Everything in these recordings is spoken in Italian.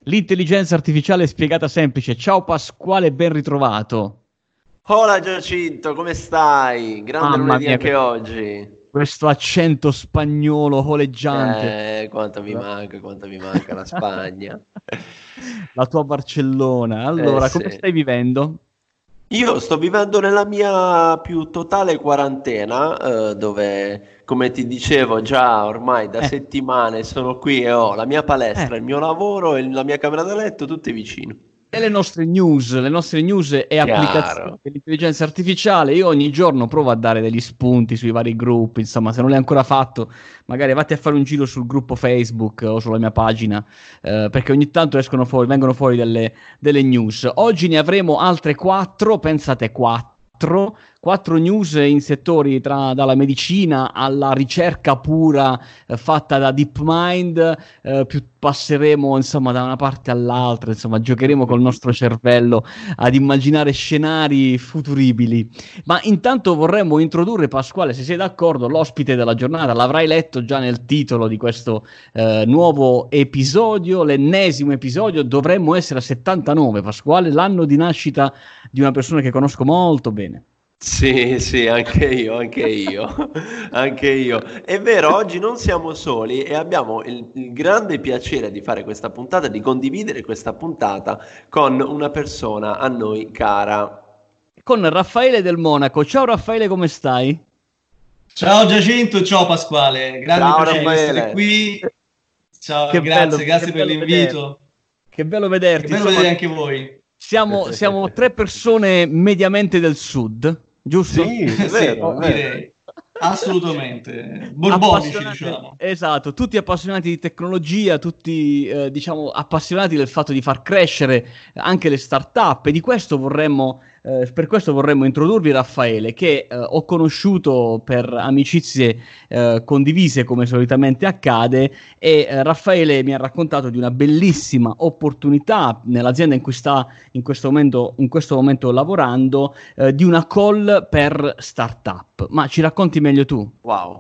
L'intelligenza artificiale spiegata semplice. Ciao Pasquale, ben ritrovato. Hola Giacinto, come stai? Grande Mamma lunedì mia, anche oggi. questo accento spagnolo oleggiante. Quanto mi manca la Spagna. La tua Barcellona. Allora, come Sì. stai vivendo? Io sto vivendo nella mia più totale quarantena, dove, come ti dicevo già ormai da Eh, settimane sono qui e ho la mia eh. palestra, il mio lavoro e la mia camera da letto, tutte vicino. E le nostre news e applicazioni Chiaro. dell'intelligenza artificiale. Io ogni giorno provo a dare degli spunti sui vari gruppi, insomma, se non l'hai ancora fatto, magari vatti a fare un giro sul gruppo Facebook o sulla mia pagina, perché ogni tanto vengono fuori delle news. Oggi ne avremo altre quattro, pensate quattro news in settori dalla medicina alla ricerca pura fatta da DeepMind, più passeremo insomma da una parte all'altra, insomma giocheremo col nostro cervello ad immaginare scenari futuribili. Ma intanto vorremmo introdurre, Pasquale, se sei d'accordo, l'ospite della giornata. L'avrai letto già nel titolo di questo nuovo episodio, l'ennesimo episodio. Dovremmo essere a 79, Pasquale, l'anno di nascita di una persona che conosco molto bene. Sì, anche io, anche io. È vero, oggi non siamo soli e abbiamo il grande piacere di fare questa puntata, di condividere questa puntata con una persona a noi cara. Con Raffaele del Monaco. Ciao Raffaele, come stai? Ciao Giacinto, ciao Pasquale, grande Ciao piacere essere Raffaele. qui. Ciao, Che bello, grazie che per bello l'invito. che bello Che vederti. bello Insomma, vedere anche voi. siamo tre persone mediamente del sud, giusto? Sì, è Sì, vero, è vero. direi. Assolutamente. Borbonici, diciamo. Esatto, tutti appassionati di tecnologia, tutti diciamo appassionati del fatto di far crescere anche le start-up, e di questo per questo vorremmo introdurvi Raffaele, che ho conosciuto per amicizie condivise, come solitamente accade, e Raffaele mi ha raccontato di una bellissima opportunità nell'azienda in cui sta in questo momento lavorando, di una call per start-up. Ma ci racconti meglio tu? Wow.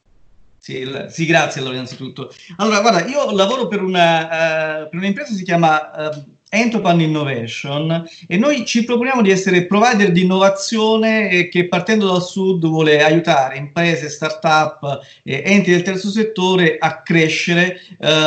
Sì, grazie allora innanzitutto. Allora, guarda, io lavoro per un'impresa che si chiama Entopan Innovation e noi ci proponiamo di essere provider di innovazione che partendo dal sud vuole aiutare imprese, start-up, enti del terzo settore a crescere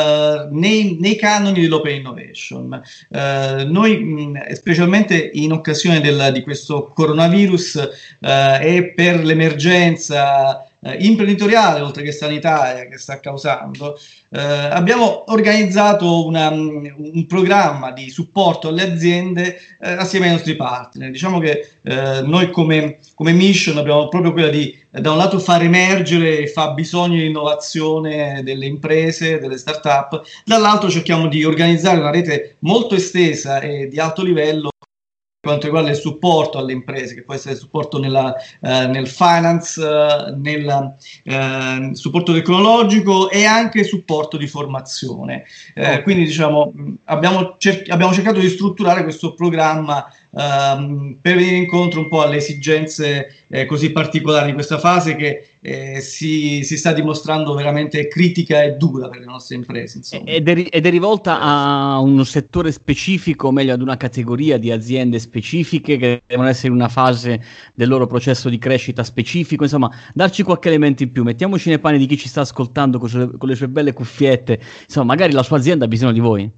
nei canoni dell'open innovation. Noi, specialmente in occasione di questo coronavirus e per l'emergenza imprenditoriale oltre che sanitaria che sta causando, abbiamo organizzato un programma di supporto alle aziende assieme ai nostri partner. Diciamo che noi come mission abbiamo proprio quella di da un lato far emergere il fabbisogno di innovazione delle imprese, delle start-up, dall'altro cerchiamo di organizzare una rete molto estesa e di alto livello quanto riguarda il supporto alle imprese, che può essere supporto nel finance, nel supporto tecnologico e anche supporto di formazione. Quindi diciamo abbiamo cercato di strutturare questo programma per venire incontro un po' alle esigenze così particolari di questa fase che si sta dimostrando veramente critica e dura per le nostre imprese. Insomma. Ed è rivolta a un settore specifico, o meglio ad una categoria di aziende specifiche che devono essere in una fase del loro processo di crescita specifico. Insomma, darci qualche elemento in più, mettiamoci nei panni di chi ci sta ascoltando con le sue belle cuffiette. Insomma, magari la sua azienda ha bisogno di voi.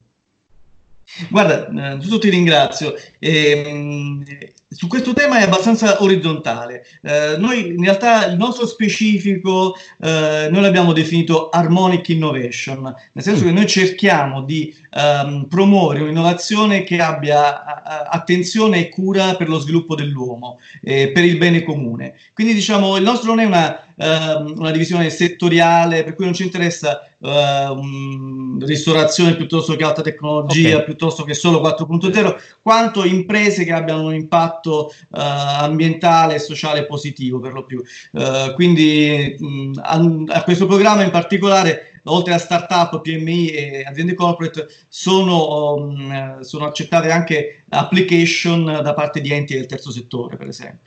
Guarda, tutto ti ringrazio. Su questo tema è abbastanza orizzontale. Noi in realtà il nostro specifico noi l'abbiamo definito Harmonic Innovation, nel senso che noi cerchiamo di promuovere un'innovazione che abbia attenzione e cura per lo sviluppo dell'uomo, per il bene comune. Quindi diciamo il nostro non è una divisione settoriale, per cui non ci interessa ristorazione piuttosto che alta tecnologia, Okay. piuttosto che solo 4.0, quanto imprese che abbiano un impatto ambientale e sociale positivo per lo più. Quindi a questo programma in particolare, oltre a start-up, PMI e aziende corporate, sono accettate anche application da parte di enti del terzo settore, per esempio.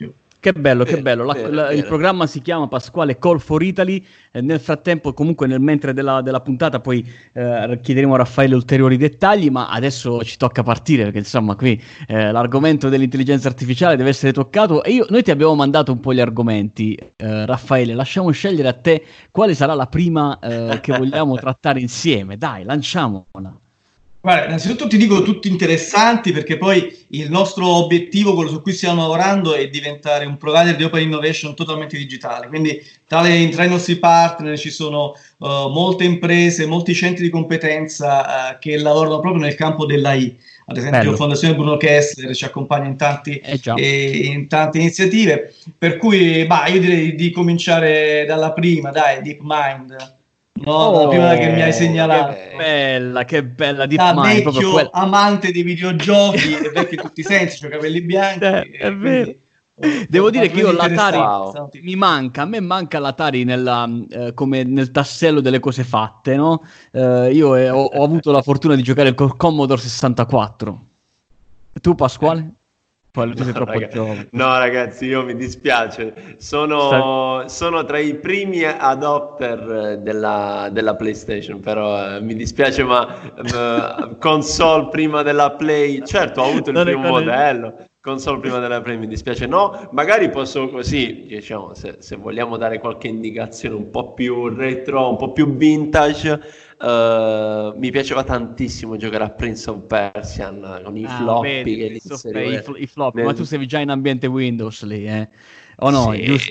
Che bello, che bello. Il programma si chiama, Pasquale, Call for Italy. Nel frattempo, comunque, nel mentre della puntata, poi chiederemo a Raffaele ulteriori dettagli, ma adesso ci tocca partire, perché insomma qui l'argomento dell'intelligenza artificiale deve essere toccato. E noi ti abbiamo mandato un po' gli argomenti, Raffaele. Lasciamo scegliere a te quale sarà la prima che vogliamo trattare insieme. Dai, lanciamola. Guarda, innanzitutto ti dico tutti interessanti, perché poi il nostro obiettivo, quello su cui stiamo lavorando, è diventare un provider di open innovation totalmente digitale. Quindi tra i nostri partner ci sono molte imprese, molti centri di competenza che lavorano proprio nel campo dell'AI. Ad esempio, la Fondazione Bruno Kessler ci accompagna in tante iniziative. Per cui io direi di cominciare dalla prima, dai, DeepMind. No, la prima che mi hai segnalato. Che bella DeepMind, vecchio amante di videogiochi e vecchio in tutti i sensi, c'ho capelli bianchi. È vero. Devo dire che io l'Atari a me manca l'Atari come nel tassello delle cose fatte, no? Io ho avuto la fortuna di giocare col Commodore 64. Tu, Pasquale? Tu sei troppo giovane. No, ragazzi, io mi dispiace. Sono tra i primi adopter della PlayStation, però mi dispiace, ma console prima della Play. Certo, ho avuto il primo modello. Console prima della Play, mi dispiace. No, magari posso così, diciamo, se vogliamo dare qualche indicazione un po' più retro, un po' più vintage. Mi piaceva tantissimo giocare a Prince of Persia con i floppy, vedi, i floppy. Ma tu sei già in ambiente Windows lì, o no?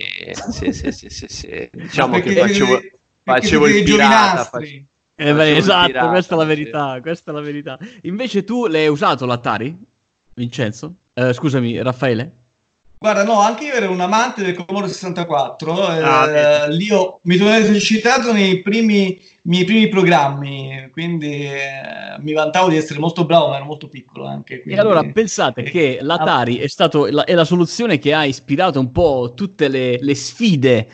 Sì. Diciamo che facevo il pirata. Esatto, pirata, questa è la verità. Invece tu l'hai usato l'Atari, Vincenzo? Scusami, Raffaele? Guarda, no, anche io ero un amante del Commodore 64, lì mi sono esercitato nei miei primi programmi, quindi mi vantavo di essere molto bravo, ma ero molto piccolo anche. Quindi, e allora pensate che l'Atari è la soluzione che ha ispirato un po' tutte le sfide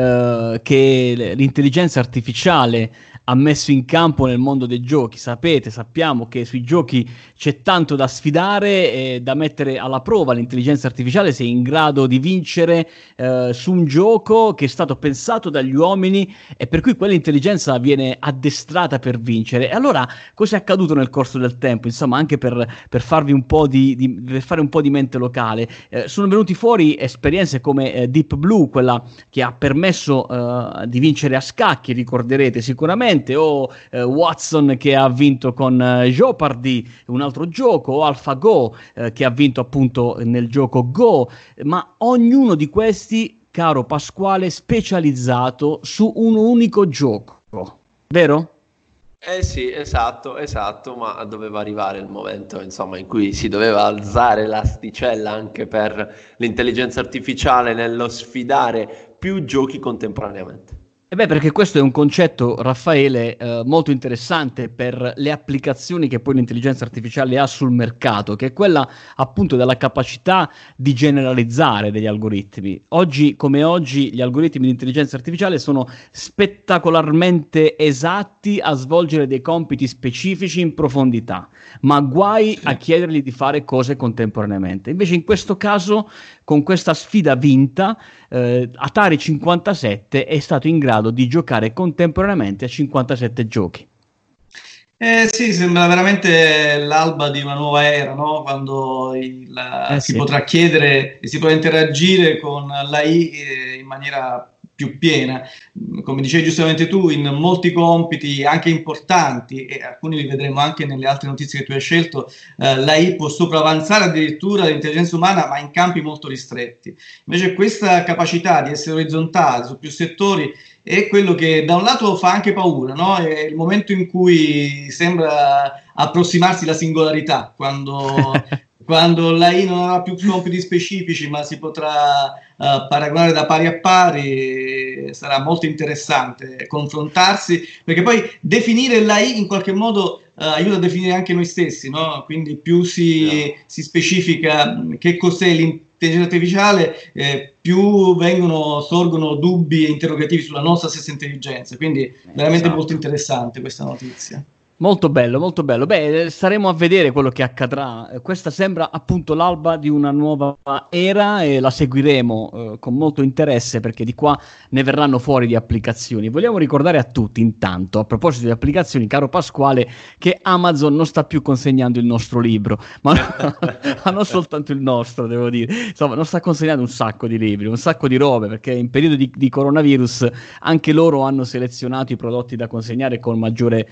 che l'intelligenza artificiale ha messo in campo nel mondo dei giochi. Sappiamo che sui giochi c'è tanto da sfidare e da mettere alla prova l'intelligenza artificiale, se è in grado di vincere su un gioco che è stato pensato dagli uomini e per cui quell'intelligenza viene addestrata per vincere. E allora cosa è accaduto nel corso del tempo? Insomma, anche per farvi un po' per fare un po' di mente locale, sono venuti fuori esperienze come Deep Blue, quella che ha permesso di vincere a scacchi, ricorderete sicuramente, o Watson che ha vinto con Jeopardy, un altro gioco, o AlphaGo che ha vinto appunto nel gioco Go, ma ognuno di questi, caro Pasquale, specializzato su un unico gioco, vero? Sì, esatto, ma doveva arrivare il momento, insomma, in cui si doveva alzare l'asticella anche per l'intelligenza artificiale nello sfidare più giochi contemporaneamente. Perché questo è un concetto, Raffaele, molto interessante per le applicazioni che poi l'intelligenza artificiale ha sul mercato, che è quella appunto della capacità di generalizzare degli algoritmi. Oggi come oggi gli algoritmi di intelligenza artificiale sono spettacolarmente esatti a svolgere dei compiti specifici in profondità, ma guai a chiedergli di fare cose contemporaneamente. Invece in questo caso, con questa sfida vinta, Atari 57 è stato in grado di giocare contemporaneamente a 57 giochi. Sì, sembra veramente l'alba di una nuova era, no? Quando si potrà chiedere e si potrà interagire con l'AI in maniera più piena. Come dicevi giustamente tu, in molti compiti anche importanti, e alcuni li vedremo anche nelle altre notizie che tu hai scelto, l'AI può sopravanzare addirittura l'intelligenza umana, ma in campi molto ristretti. Invece questa capacità di essere orizzontale su più settori è quello che da un lato fa anche paura, no? È il momento in cui sembra approssimarsi la singolarità, quando l'AI non avrà più compiti specifici, ma si potrà paragonare da pari a pari. Sarà molto interessante confrontarsi, perché poi definire l'AI in qualche modo aiuta a definire anche noi stessi, no? Quindi più si specifica che cos'è l'intelligenza artificiale, più sorgono dubbi e interrogativi sulla nostra stessa intelligenza. Quindi veramente molto interessante questa notizia. Molto bello, molto bello. Beh, staremo a vedere quello che accadrà. Questa sembra appunto l'alba di una nuova era e la seguiremo con molto interesse, perché di qua ne verranno fuori di applicazioni. Vogliamo ricordare a tutti, intanto, a proposito di applicazioni, caro Pasquale, che Amazon non sta più consegnando il nostro libro, ma non soltanto il nostro, devo dire. Insomma, non sta consegnando un sacco di libri, un sacco di robe, perché in periodo di coronavirus anche loro hanno selezionato i prodotti da consegnare con maggiore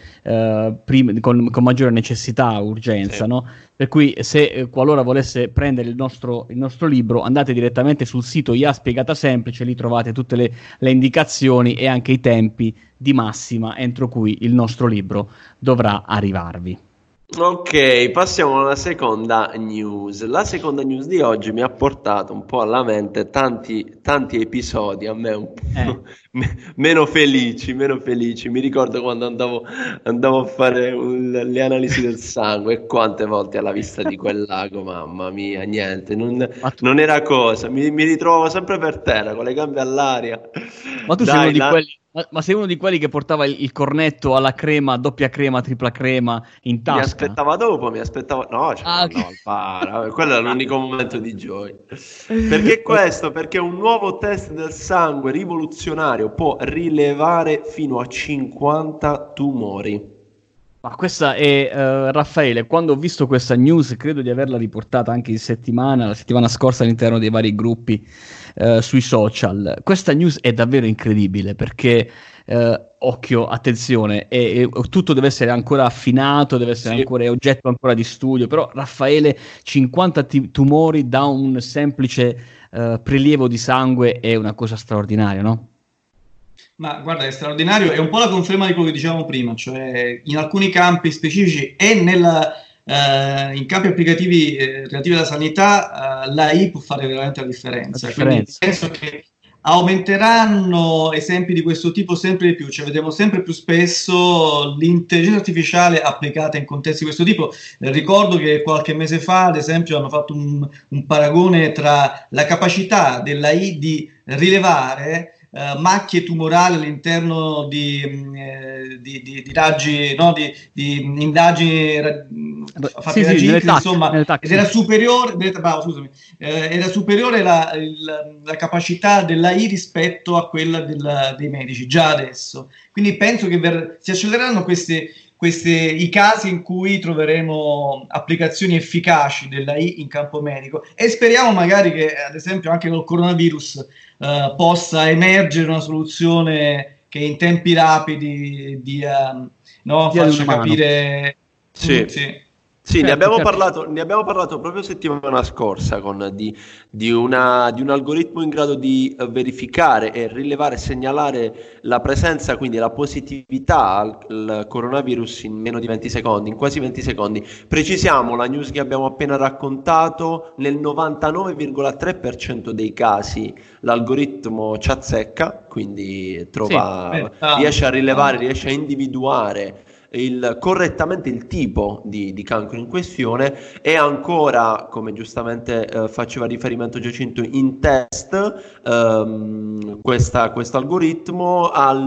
con maggiore necessità, urgenza, Sì. no? Per cui se qualora volesse prendere il nostro libro, andate direttamente sul sito IA Spiegata Semplice, lì trovate tutte le indicazioni e anche i tempi di massima entro cui il nostro libro dovrà arrivarvi. Ok, passiamo alla seconda news. La seconda news di oggi mi ha portato un po' alla mente tanti episodi a me un po' meno felici. Mi ricordo quando andavo a fare le analisi del sangue e quante volte alla vista di quel lago, mamma mia, niente, non era cosa. Mi ritrovavo sempre per terra con le gambe all'aria. Ma tu sei uno di quelli. Ma sei uno di quelli che portava il cornetto alla crema, doppia crema, tripla crema in tasca? Mi aspettavo. No, quello era l'unico momento di gioia. Perché questo? Perché un nuovo test del sangue rivoluzionario può rilevare fino a 50 tumori. Ma questa è Raffaele, quando ho visto questa news, credo di averla riportata anche la settimana scorsa all'interno dei vari gruppi sui social. Questa news è davvero incredibile, perché occhio, attenzione, tutto deve essere ancora affinato, deve essere ancora oggetto ancora di studio, però Raffaele, 50 tumori da un semplice prelievo di sangue è una cosa straordinaria, no? Ma guarda, è straordinario, è un po' la conferma di quello che dicevamo prima, cioè in alcuni campi specifici e in campi applicativi relativi alla sanità l'AI può fare veramente la differenza. Quindi penso che aumenteranno esempi di questo tipo sempre di più, cioè vedremo sempre più spesso l'intelligenza artificiale applicata in contesti di questo tipo. Ricordo che qualche mese fa, ad esempio, hanno fatto un paragone tra la capacità dell'AI di rilevare macchie tumorali all'interno di raggi, no, di indagini fatte da GIC, insomma, ed era superiore, era superiore la capacità dell'AI rispetto a quella dei medici già adesso. Quindi penso che si accelereranno i casi in cui troveremo applicazioni efficaci dell'AI in campo medico, e speriamo magari che, ad esempio, anche col coronavirus possa emergere una soluzione che in tempi rapidi faccia capire. Sì, ne abbiamo parlato proprio settimana scorsa di un algoritmo in grado di verificare e rilevare, segnalare la presenza, quindi la positività al coronavirus in meno di 20 secondi, in quasi 20 secondi. Precisiamo la news che abbiamo appena raccontato: nel 99,3% dei casi l'algoritmo ci azzecca, quindi riesce a rilevare, riesce a individuare correttamente il tipo di cancro in questione. E ancora, come giustamente faceva riferimento Giacinto, in test questo algoritmo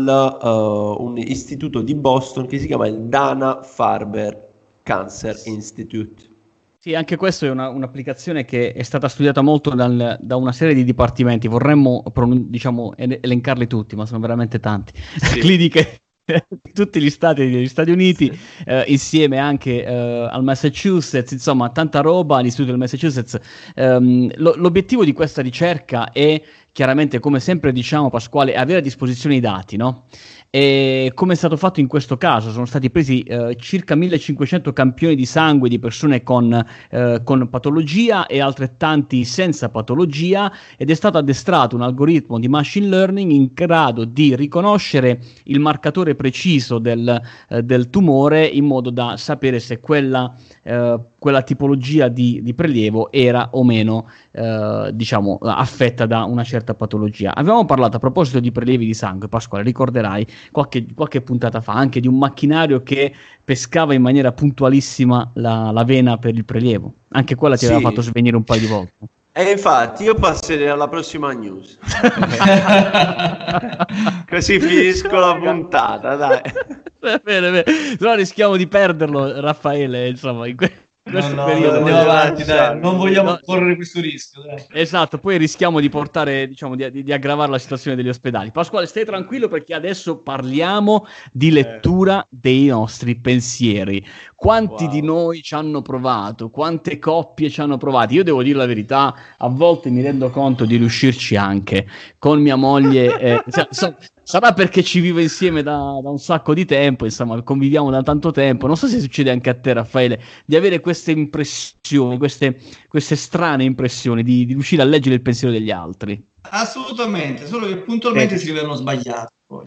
un istituto di Boston che si chiama il Dana-Farber Cancer Institute. Sì, anche questa è un'applicazione che è stata studiata molto da una serie di dipartimenti. Vorremmo elencarli tutti, ma sono veramente tanti. Sì. Cliniche di tutti gli stati degli Stati Uniti, insieme anche al Massachusetts, insomma tanta roba all'istituto del Massachusetts. L'obiettivo di questa ricerca è chiaramente, come sempre diciamo, Pasquale, avere a disposizione i dati, no? E come è stato fatto in questo caso, sono stati presi circa 1500 campioni di sangue di persone con patologia e altrettanti senza patologia, ed è stato addestrato un algoritmo di machine learning in grado di riconoscere il marcatore preciso del tumore, in modo da sapere se quella tipologia di prelievo era o meno affetta da una certa patologia. Avevamo parlato, a proposito di prelievi di sangue, Pasquale, ricorderai qualche puntata fa, anche di un macchinario che pescava in maniera puntualissima la vena per il prelievo. Anche quella ti aveva fatto svenire un paio di volte. E infatti io passerei alla prossima news. Così finisco la puntata, dai. Bene, bene. No, rischiamo di perderlo, Raffaele, insomma, in questo periodo. Andiamo avanti, dai. Non vogliamo No, correre questo rischio. Dai. esatto, poi rischiamo di portare, diciamo, di aggravare la situazione degli ospedali. Pasquale, stai tranquillo perché adesso parliamo di lettura dei nostri pensieri. Quanti di noi ci hanno provato? Quante coppie ci hanno provato? Io devo dire la verità, a volte mi rendo conto di riuscirci anche con mia moglie. Sarà perché ci vivo insieme da un sacco di tempo, insomma, conviviamo da tanto tempo. Non so se succede anche a te, Raffaele, di avere queste impressioni, queste strane impressioni, di riuscire a leggere il pensiero degli altri. Assolutamente, solo che puntualmente si rivelano sbagliati. Poi.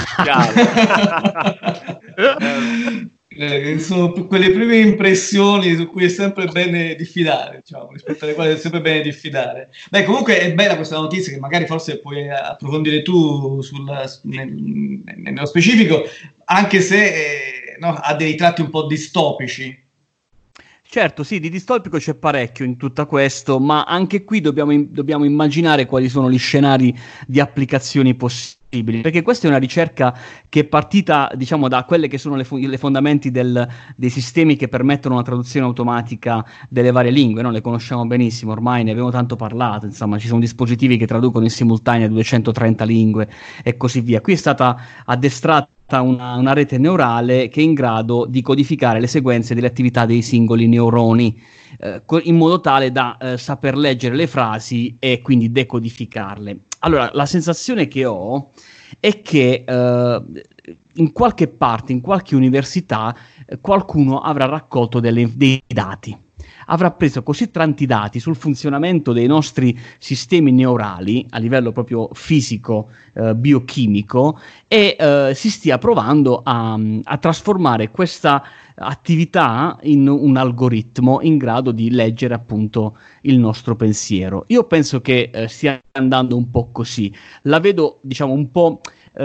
Sono quelle prime impressioni su cui è sempre bene diffidare, diciamo, rispetto alle quali è sempre bene diffidare. Beh, comunque è bella questa notizia che magari forse puoi approfondire tu nello specifico, anche se ha dei tratti un po' distopici. Certo, sì, di distopico c'è parecchio in tutto questo, ma anche qui dobbiamo immaginare quali sono gli scenari di applicazioni possibili, perché questa è una ricerca che è partita, diciamo, da quelle che sono le fondamenti dei sistemi che permettono una traduzione automatica delle varie lingue, no? Le conosciamo benissimo, ormai ne abbiamo tanto parlato, insomma, ci sono dispositivi che traducono in simultanea 230 lingue e così via. Qui è stata addestrata una rete neurale che è in grado di codificare le sequenze delle attività dei singoli neuroni in modo tale da saper leggere le frasi e quindi decodificarle. Allora, la sensazione che ho è che in qualche parte, in qualche università, qualcuno avrà raccolto dei dati. Avrà preso così tanti dati sul funzionamento dei nostri sistemi neurali a livello proprio fisico, biochimico, e si stia provando a trasformare questa attività in un algoritmo in grado di leggere appunto il nostro pensiero. Io penso che stia andando un po' così. La vedo, diciamo, un po'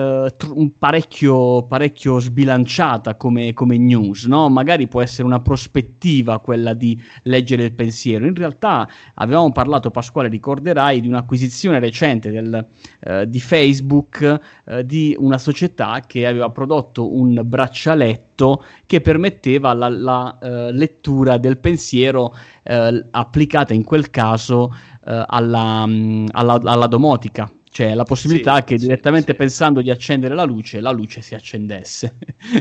parecchio sbilanciata come news, no? Magari può essere una prospettiva quella di leggere il pensiero. In realtà avevamo parlato, Pasquale, ricorderai, di un'acquisizione recente di Facebook, di una società che aveva prodotto un braccialetto che permetteva la lettura del pensiero applicata in quel caso alla domotica. Cioè la possibilità che direttamente pensando di accendere la luce si accendesse.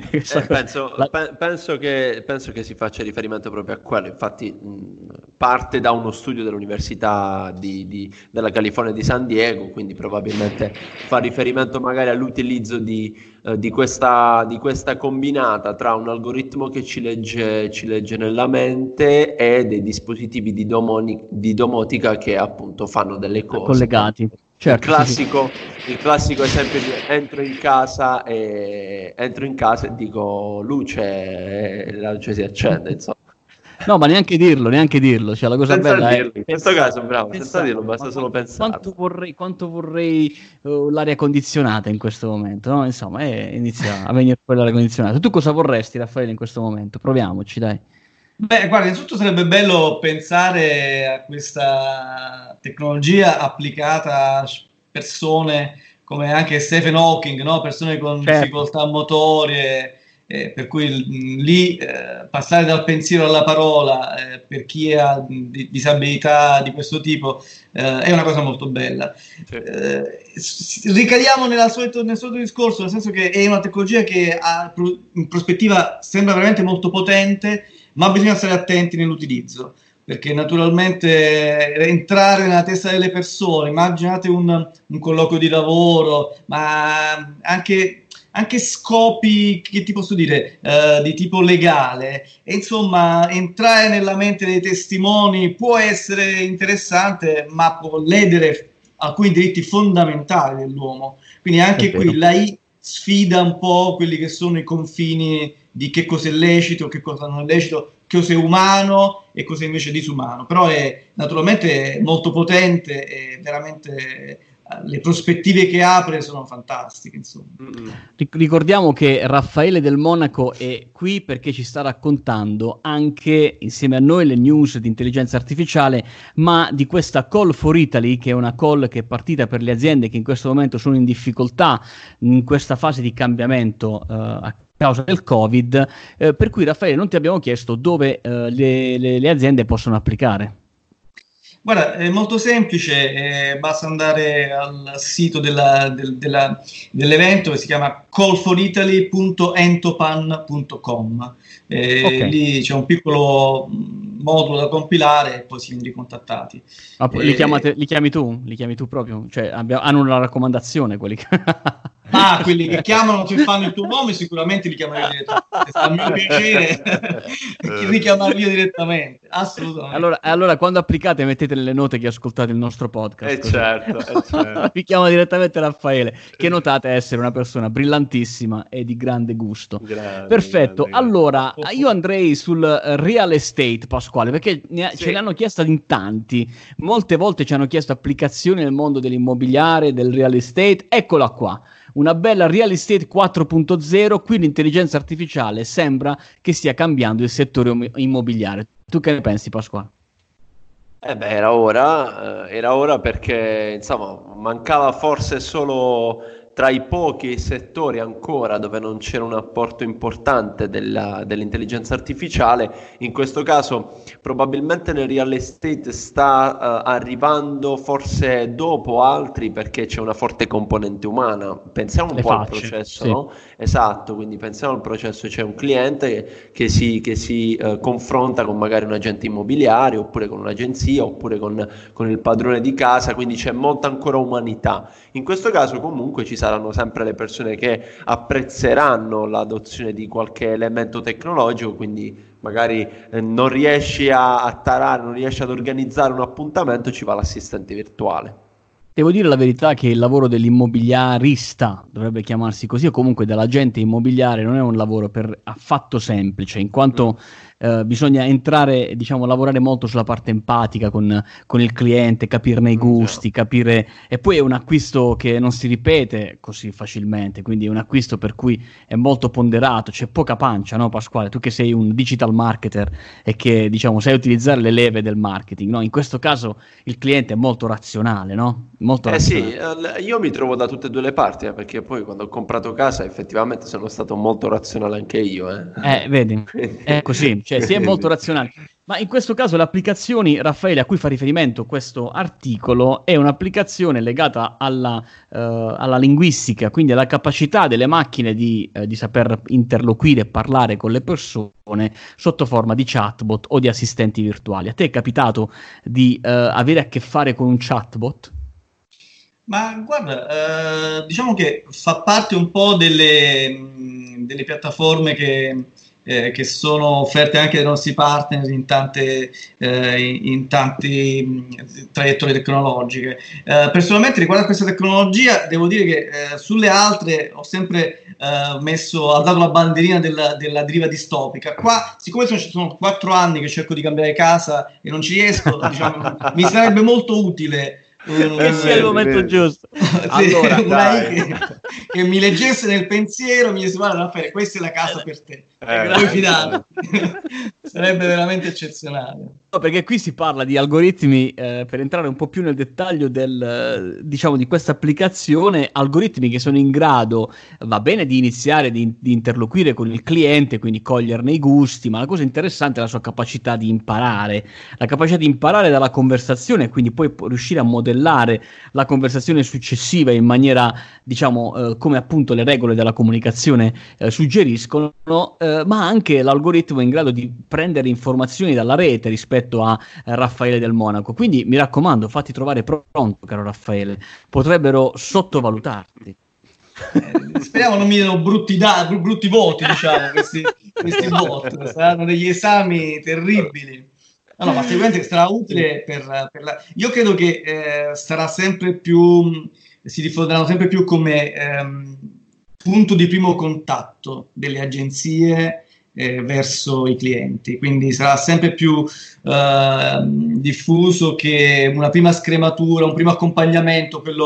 Penso che si faccia riferimento proprio a quello. Infatti parte da uno studio dell'Università della California di San Diego, quindi probabilmente fa riferimento magari all'utilizzo di questa combinata tra un algoritmo che ci legge nella mente e dei dispositivi di domotica che appunto fanno delle cose collegati. Certo, il classico esempio di entro in casa e dico luce e la luce si accende, insomma. No, ma neanche dirlo, cioè la cosa senza bella dirlo, è in questo caso bravo, senza dirlo, basta solo pensare. Quanto vorrei l'aria condizionata in questo momento, no? Insomma, inizia a venire fuori l'aria condizionata. Tu cosa vorresti, Raffaele, in questo momento? Proviamoci, dai. Beh, guarda, innanzitutto sarebbe bello pensare a questa tecnologia applicata a persone come anche Stephen Hawking, no? Persone con difficoltà motorie, per cui lì passare dal pensiero alla parola per chi ha disabilità di questo tipo è una cosa molto bella. Ricadiamo nel solito discorso, nel senso che è una tecnologia che in prospettiva sembra veramente molto potente, ma bisogna stare attenti nell'utilizzo, perché naturalmente entrare nella testa delle persone, immaginate un colloquio di lavoro, ma anche scopi, che ti posso dire, di tipo legale, e insomma entrare nella mente dei testimoni può essere interessante, ma può ledere alcuni diritti fondamentali dell'uomo, quindi anche qui l'AI sfida un po' quelli che sono i confini di che cosa è lecito, che cosa non è lecito, cosa è umano e cosa è invece disumano, però è naturalmente molto potente e veramente le prospettive che apre sono fantastiche, insomma. Ricordiamo che Raffaele Del Monaco è qui perché ci sta raccontando anche insieme a noi le news di intelligenza artificiale, ma di questa Call for Italy, che è una call che è partita per le aziende che in questo momento sono in difficoltà in questa fase di cambiamento a causa del Covid, per cui Raffaele non ti abbiamo chiesto dove le aziende possono applicare. Guarda, è molto semplice, basta andare al sito dell'evento che si chiama callforitaly.entopan.com. Okay. Lì c'è un piccolo modulo da compilare e poi si viene ricontattati. Li chiami tu? Li chiami tu proprio? Cioè, hanno una raccomandazione quelli che... quelli che chiamano, che fanno il tuo nome, sicuramente li chiamerò direttamente. Sarà a mio piacere richiamarli io direttamente, assolutamente. Allora, quando applicate, mettete nelle note che ascoltate il nostro podcast. Certo. Vi chiama direttamente Raffaele, che notate essere una persona brillantissima e di grande gusto. Perfetto. Allora, io andrei sul real estate, Pasquale, perché ce l'hanno chiesta in tanti. Molte volte ci hanno chiesto applicazioni nel mondo dell'immobiliare, del real estate. Eccola qua. Una bella real estate 4.0, qui l'intelligenza artificiale sembra che stia cambiando il settore immobiliare. Tu che ne pensi, Pasquale? Era ora perché insomma mancava forse solo tra i pochi settori ancora dove non c'era un apporto importante dell'intelligenza artificiale. In questo caso probabilmente nel real estate sta arrivando forse dopo altri, perché c'è una forte componente umana. Pensiamo un po' al processo, sì. No? Esatto, quindi pensiamo al processo, c'è un cliente che si confronta con magari un agente immobiliare, oppure con un'agenzia, oppure con il padrone di casa, quindi c'è molta ancora umanità. In questo caso comunque ci saranno sempre le persone che apprezzeranno l'adozione di qualche elemento tecnologico, quindi magari non riesci a tarare, non riesci ad organizzare un appuntamento, ci va l'assistente virtuale. Devo dire la verità che il lavoro dell'immobiliarista, dovrebbe chiamarsi così, o comunque dell'agente immobiliare, non è un lavoro affatto semplice, in quanto bisogna entrare, diciamo, lavorare molto sulla parte empatica con il cliente, capirne i gusti, capire, e poi è un acquisto che non si ripete così facilmente, quindi è un acquisto per cui è molto ponderato, c'è poca pancia, no Pasquale? Tu che sei un digital marketer e che, diciamo, sai utilizzare le leve del marketing, no? In questo caso il cliente è molto razionale, no? Molto razionale. Sì, io mi trovo da tutte e due le parti, perché poi quando ho comprato casa effettivamente sono stato molto razionale anche io. Vedi, è così, cioè si è molto razionali. Ma in questo caso le applicazioni, Raffaele, a cui fa riferimento questo articolo, è un'applicazione legata alla linguistica, quindi alla capacità delle macchine di saper interloquire e parlare con le persone sotto forma di chatbot o di assistenti virtuali. A te è capitato di avere a che fare con un chatbot? Ma guarda, diciamo che fa parte un po' delle piattaforme che sono offerte anche dai nostri partner in tante traiettorie tecnologiche. Personalmente, riguardo a questa tecnologia, devo dire che sulle altre ho sempre alzato la bandierina della deriva distopica. Qua, siccome sono 4 anni che cerco di cambiare casa e non ci riesco, diciamo, mi sarebbe molto utile che sia il momento giusto. Allora, che mi leggesse nel pensiero, mi disse: guarda Raffaele, questa è la casa per te, puoi fidarti. Sarebbe veramente eccezionale. No, perché qui si parla di algoritmi, per entrare un po' più nel dettaglio diciamo, di questa applicazione, algoritmi che sono in grado, va bene, di iniziare di interloquire con il cliente, quindi coglierne i gusti, ma la cosa interessante è la sua capacità di imparare, dalla conversazione, quindi poi riuscire a modellare la conversazione successiva in maniera, diciamo, come appunto le regole della comunicazione suggeriscono, ma anche l'algoritmo è in grado di prendere informazioni dalla rete rispetto a Raffaele Del Monaco. Quindi mi raccomando, fatti trovare pronto, caro Raffaele, potrebbero sottovalutarti. Speriamo non mi diano brutti voti, diciamo, questi bot, saranno degli esami terribili. No, ma sicuramente sarà utile io credo che sarà sempre più, si diffonderanno sempre più come punto di primo contatto delle agenzie verso i clienti, quindi sarà sempre più diffuso che una prima scrematura, un primo accompagnamento, quello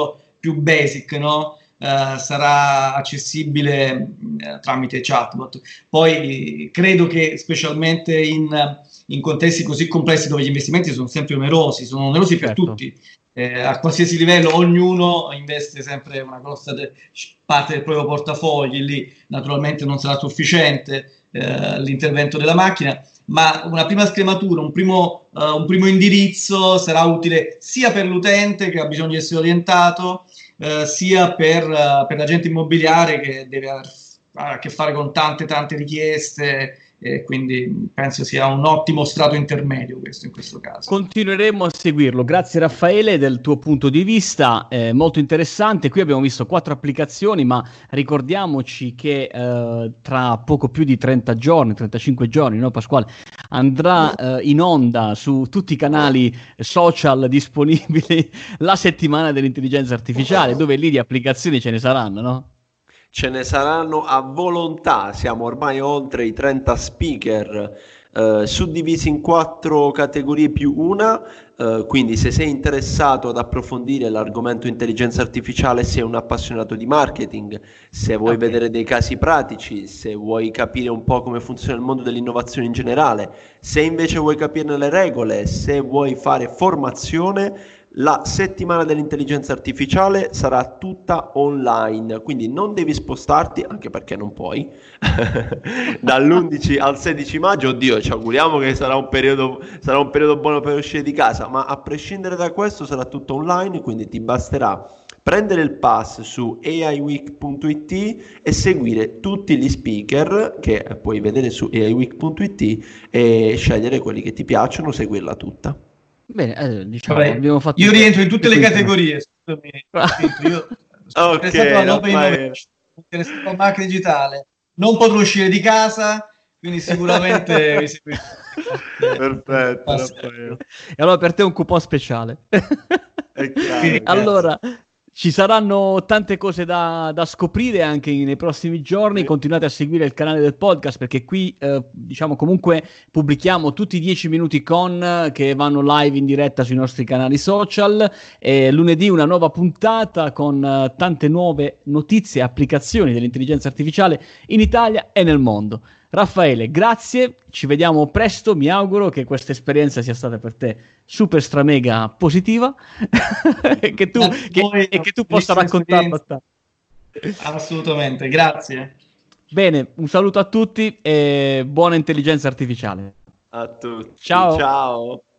più basic, no? Sarà accessibile tramite chatbot. Poi credo che specialmente in contesti così complessi dove gli investimenti sono sempre onerosi, per tutti, a qualsiasi livello ognuno investe sempre una grossa parte del proprio portafogli, lì naturalmente non sarà sufficiente l'intervento della macchina, ma una prima scrematura, un primo indirizzo sarà utile sia per l'utente che ha bisogno di essere orientato, sia per l'agente immobiliare che deve avere a che fare con tante richieste, e quindi penso sia un ottimo strato intermedio questo in questo caso. Continueremo a seguirlo. Grazie Raffaele del tuo punto di vista, molto interessante. Qui abbiamo visto 4 applicazioni, ma ricordiamoci che tra poco più di 30 giorni, 35 giorni, no Pasquale, andrà in onda su tutti i canali social disponibili la settimana dell'intelligenza artificiale, dove lì di applicazioni ce ne saranno, no? Ce ne saranno a volontà, siamo ormai oltre i 30 speaker, suddivisi in 4 categorie più una, quindi se sei interessato ad approfondire l'argomento intelligenza artificiale, sei un appassionato di marketing, se vuoi vedere dei casi pratici, se vuoi capire un po' come funziona il mondo dell'innovazione in generale, se invece vuoi capirne le regole, se vuoi fare formazione, la settimana dell'intelligenza artificiale sarà tutta online, quindi non devi spostarti, anche perché non puoi, dall'11 al 16 maggio. Oddio, ci auguriamo che sarà un periodo buono per uscire di casa, ma a prescindere da questo sarà tutto online, quindi ti basterà prendere il pass su aiweek.it e seguire tutti gli speaker che puoi vedere su aiweek.it e scegliere quelli che ti piacciono, seguirla tutta. Bene, diciamo, abbiamo fatto io rientro in tutte le categorie. Io sono interessato a marketing digitale, non potrò uscire di casa, quindi sicuramente mi seguirò. Perfetto. E allora per te è un coupon speciale. Allora ci saranno tante cose da scoprire anche nei prossimi giorni. Continuate a seguire il canale del podcast, perché qui diciamo comunque pubblichiamo tutti i 10 minuti che vanno live in diretta sui nostri canali social, e lunedì una nuova puntata con tante nuove notizie e applicazioni dell'intelligenza artificiale in Italia e nel mondo. Raffaele, grazie, ci vediamo presto, mi auguro che questa esperienza sia stata per te super stramega positiva e che tu possa raccontarla a te. Assolutamente, grazie. Bene, un saluto a tutti e buona intelligenza artificiale. A tutti. Ciao. Ciao.